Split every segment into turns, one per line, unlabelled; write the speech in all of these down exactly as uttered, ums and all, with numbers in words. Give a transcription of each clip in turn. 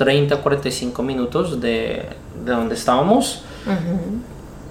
treinta a cuarenta y cinco minutos de, de donde estábamos. Uh-huh.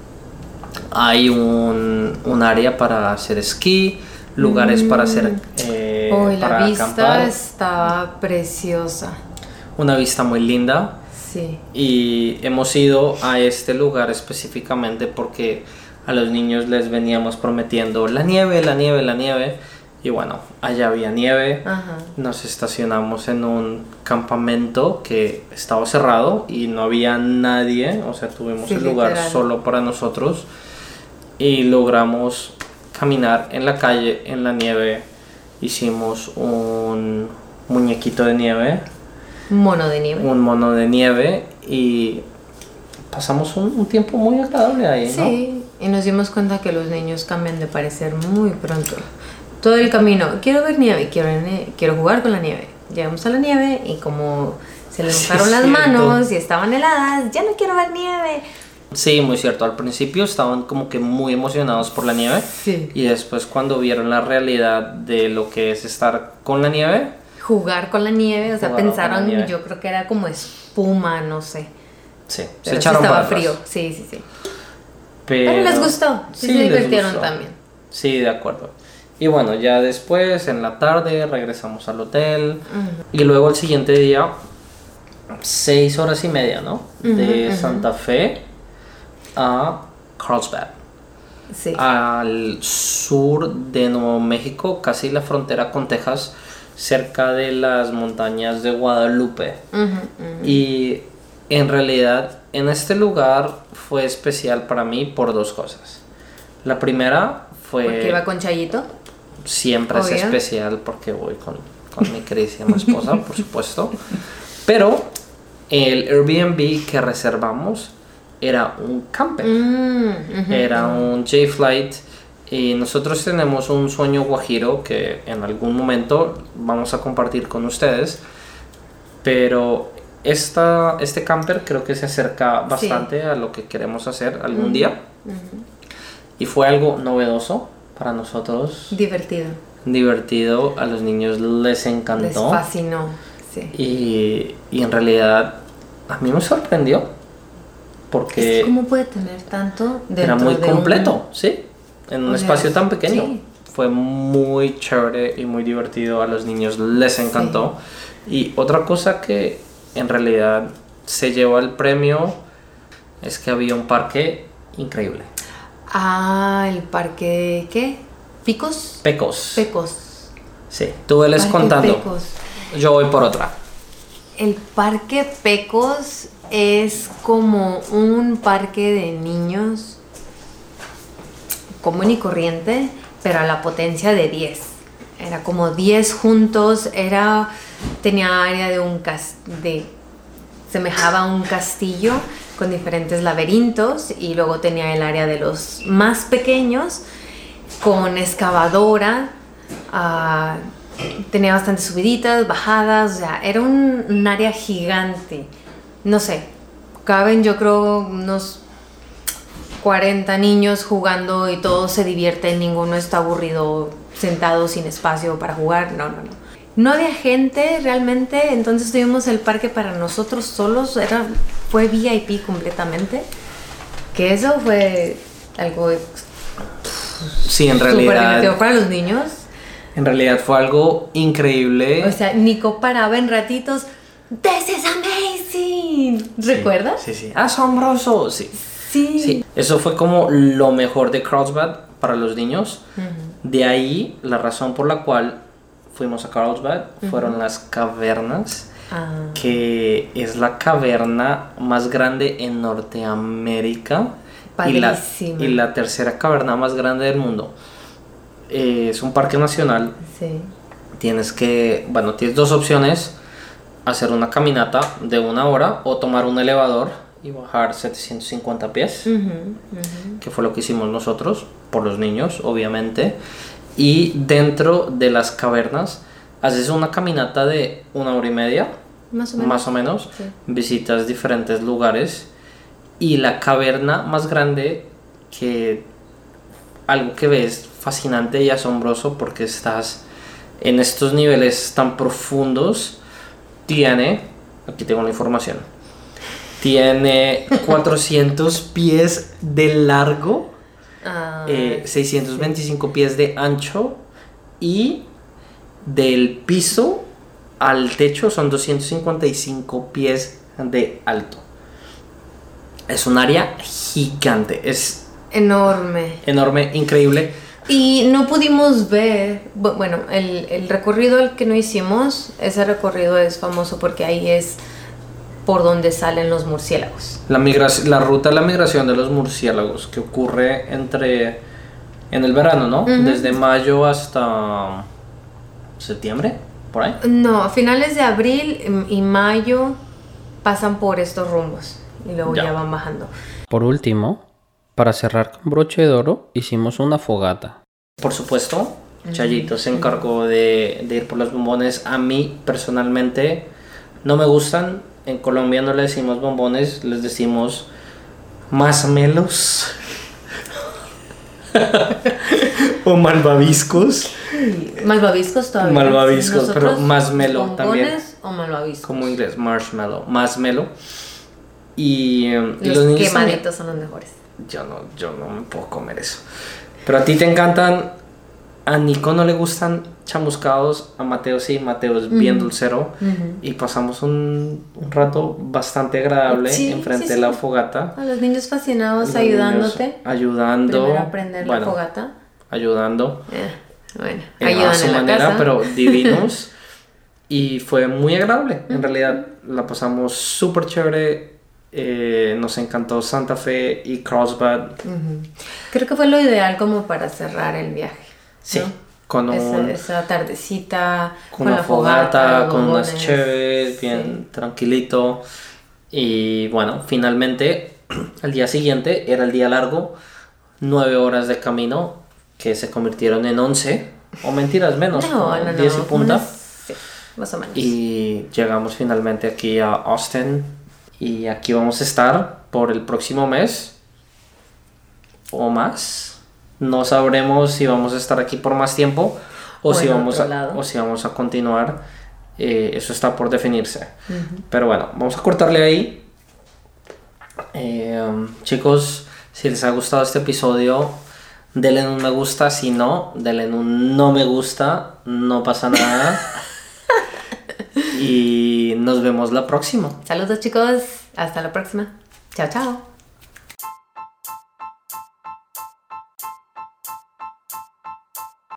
Hay un, un área para hacer esquí, lugares mm. para hacer eh,
oh,
para
la vista
acampar.
Estaba preciosa.
Una vista muy linda.
Sí.
Y hemos ido a este lugar específicamente porque a los niños les veníamos prometiendo la nieve, la nieve, la nieve. Y bueno, allá había nieve. Ajá. Nos estacionamos en un campamento que estaba cerrado y no había nadie. O sea, tuvimos sí, el lugar literal. Solo para nosotros. Y logramos caminar en la calle, en la nieve. Hicimos un muñequito de nieve.
Un mono de nieve.
Un mono de nieve y pasamos un, un tiempo muy agradable ahí, ¿no?
Sí, y nos dimos cuenta que los niños cambian de parecer muy pronto. Todo el camino, quiero ver nieve, quiero, quiero jugar con la nieve. Llegamos a la nieve y como se les mojaron sí, las cierto. manos y estaban heladas, ya no quiero ver nieve.
Sí, muy cierto. Al principio estaban como que muy emocionados por la nieve.
Sí.
Y después cuando vieron la realidad de lo que es estar con la nieve.
Jugar con la nieve, o sea, pensaron, yo creo que era como espuma, no sé.
Sí,
pero
se echaron
sí estaba
para
frío,
atrás.
sí, sí, sí.
Pero,
pero les gustó, sí, sí se divirtieron también.
Sí, de acuerdo. Y bueno, ya después, en la tarde, regresamos al hotel. Uh-huh. Y luego el siguiente día, seis horas y media, ¿no? Uh-huh, de uh-huh. Santa Fe a Carlsbad.
Sí.
Al sur de Nuevo México, casi la frontera con Texas, cerca de las montañas de Guadalupe.
Uh-huh, uh-huh.
Y en realidad, en este lugar fue especial para mí por dos cosas. La primera fue...
¿Porque iba con Chayito?
Siempre Obvio. Es especial porque voy con, con mi queridísima esposa, por supuesto. Pero el Airbnb que reservamos era un camper.
Mm, uh-huh,
era un J-Flight. Y nosotros tenemos un sueño guajiro que en algún momento vamos a compartir con ustedes. Pero esta, este camper creo que se acerca bastante sí. a lo que queremos hacer algún uh-huh, día.
Uh-huh.
Y fue algo novedoso para nosotros.
Divertido.
Divertido. A los niños les encantó.
Les fascinó, sí.
Y, y en realidad a mí me sorprendió. Porque...
¿Cómo puede tener tanto dentro
era muy
de
completo,
un...
sí. En un
o
espacio
sea,
tan pequeño.
Sí.
Fue muy chévere y muy divertido. A los niños les encantó. Sí. Y otra cosa que en realidad se llevó el premio es que había un parque increíble.
Ah, el parque, ¿qué? ¿Picos?
Pecos.
Pecos.
Sí, tú veles contando.
Pecos.
Yo voy por otra.
El parque Pecos es como un parque de niños común y corriente, pero a la potencia de diez. Era como diez juntos, era, tenía área de un cas- de semejaba a un castillo con diferentes laberintos y luego tenía el área de los más pequeños con excavadora, uh, tenía bastantes subiditas, bajadas, o sea, era un, un área gigante. No sé, caben yo creo unos cuarenta niños jugando y todos se divierten, ninguno está aburrido sentado sin espacio para jugar, no, no, no. No había gente realmente, entonces tuvimos el parque para nosotros solos, era, fue V I P completamente, que eso fue algo
sí, en realidad,
súper divertido para los niños.
En realidad fue algo increíble.
O sea, Nico paraba en ratitos, "This is amazing", ¿recuerdas?
Sí, sí, sí. Asombroso, sí.
Sí.
Sí, eso fue como lo mejor de Carlsbad para los niños. Uh-huh. De ahí, la razón por la cual fuimos a Carlsbad uh-huh. fueron las cavernas, ah. que es la caverna más grande en Norteamérica y la, y la tercera caverna más grande del mundo. Eh, es un parque nacional.
Sí. Tienes
que, bueno, tienes dos opciones: hacer una caminata de una hora o tomar un elevador y bajar setecientos cincuenta pies, uh-huh, uh-huh. que fue lo que hicimos nosotros, por los niños, obviamente. Y dentro de las cavernas haces una caminata de una hora y media,
más o menos,
más o menos.
Sí.
Visitas diferentes lugares y la caverna más grande, que algo que ves fascinante y asombroso porque estás en estos niveles tan profundos, tiene aquí tengo la información. Tiene cuatrocientos pies de largo,
Ah,
eh, seiscientos veinticinco pies de ancho y del piso al techo son doscientos cincuenta y cinco pies de alto. Es un área gigante, es
enorme.
enorme, increíble.
Y no pudimos ver, bu- bueno, el, el recorrido al que no hicimos, ese recorrido es famoso porque ahí es por donde salen los murciélagos.
La, migración, la ruta de la migración de los murciélagos que ocurre entre en el verano, ¿no?
Ujú.
Desde mayo hasta septiembre, por ahí.
No, a finales de abril y mayo pasan por estos rumbos y luego
Ya.
ya van bajando.
Por último, para cerrar con broche de oro, hicimos una fogata.
Por supuesto, Chayito se encargó de, de ir por los bombones. A mí personalmente no me gustan. En Colombia no le decimos bombones, les decimos masmelos o malvaviscos,
Malvaviscos todavía.
Malvaviscos,
Nosotros,
pero masmelo
bombones
también.
o malvaviscos.
como inglés, marshmallow, masmelo. Y, eh, y
Los,
los niños
quemaditos son los mejores.
también. Yo no, yo no me puedo comer eso. Pero a ti te encantan. A Nico no le gustan chamuscados, a Mateo sí, Mateo es bien dulcero.
Ujú.
Y pasamos un, un rato bastante agradable
Sí,
enfrente
sí,
de la
sí.
fogata.
A los niños fascinados
Los
ayudándote.
niños Ayudando.
Primero aprender
bueno,
la fogata.
Ayudando.
Eh, bueno,
eh,
ayudan
a su
en la
manera,
casa.
pero divinos. Y fue muy agradable. En realidad la pasamos súper chévere. Eh, nos encantó Santa Fe y Carlsbad.
Ujú. Creo que fue lo ideal como para cerrar el viaje.
Sí,
¿no?
con,
Esa,
un,
esa tardecita,
con
con,
una
la
fogata,
fogata, los
con unas
bombones.
chéves, bien tranquilito. Y bueno, finalmente, al día siguiente era el día largo, nueve horas de camino que se convirtieron en once, o mentiras menos,
No,
como
no, no.
diez y punta.
unas- sí, más o menos.
Y llegamos finalmente aquí a Austin y aquí vamos a estar por el próximo mes o más. No sabremos si vamos a estar aquí por más tiempo o,
O
si,
en
vamos
otro
a,
lado.
o si vamos a continuar. Eh, eso está por definirse.
Ujú.
Pero bueno, vamos a cortarle ahí. Eh, um, chicos, si les ha gustado este episodio, denle un me gusta. Si no, denle un no me gusta. No pasa nada. Y nos vemos la próxima.
Saludos chicos, hasta la próxima. Chao, chao.